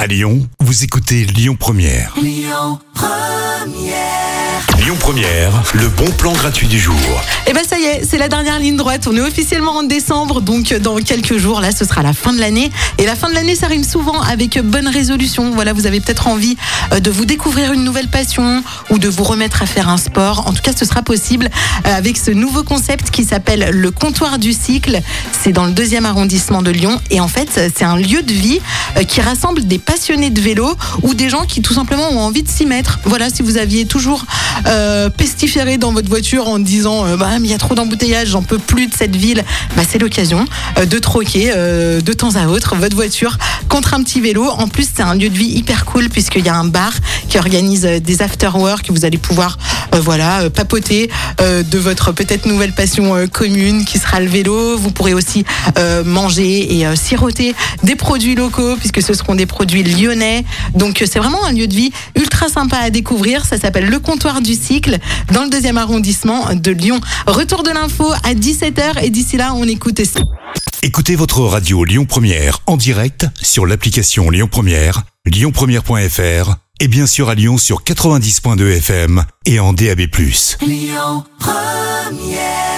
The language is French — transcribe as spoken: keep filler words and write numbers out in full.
À Lyon, vous écoutez Lyon Première. Lyon Première. Lyon Première, le bon plan gratuit du jour. Et ben ça y est, c'est la dernière ligne droite. On est officiellement en décembre, donc dans quelques jours, là, ce sera la fin de l'année. Et la fin de l'année, ça rime souvent avec bonne résolution. Voilà, vous avez peut-être envie de vous découvrir une nouvelle passion ou de vous remettre à faire un sport. En tout cas, ce sera possible avec ce nouveau concept qui s'appelle le comptoir du cycle. C'est dans le deuxième arrondissement de Lyon. Et en fait, c'est un lieu de vie qui rassemble des passionnés de vélo ou des gens qui tout simplement ont envie de s'y mettre. Voilà, si vous aviez toujours euh, pestiféré dans votre voiture en disant euh, bah, mais il y a trop d'embouteillages, j'en peux plus de cette ville, bah, c'est l'occasion euh, de troquer euh, de temps à autre votre voiture contre un petit vélo. En plus, c'est un lieu de vie hyper cool puisqu'il y a un bar qui organise des after-work, vous allez pouvoir euh, voilà, euh, papoter euh, de votre peut-être nouvelle passion euh, commune qui sera le vélo. Vous pourrez aussi euh, manger et euh, siroter des produits locaux puisque ce seront des produits lyonnais. Donc c'est vraiment un lieu de vie ultra sympa à découvrir. Ça s'appelle le comptoir du cycle dans le deuxième arrondissement de Lyon. Retour de l'info à dix-sept heures et d'ici là on écoute ça. Écoutez votre radio Lyon Première en direct sur l'application Lyon Première, lyon première point f r et bien sûr à Lyon sur quatre-vingt-dix point deux F M et en D A B plus. Lyon Première.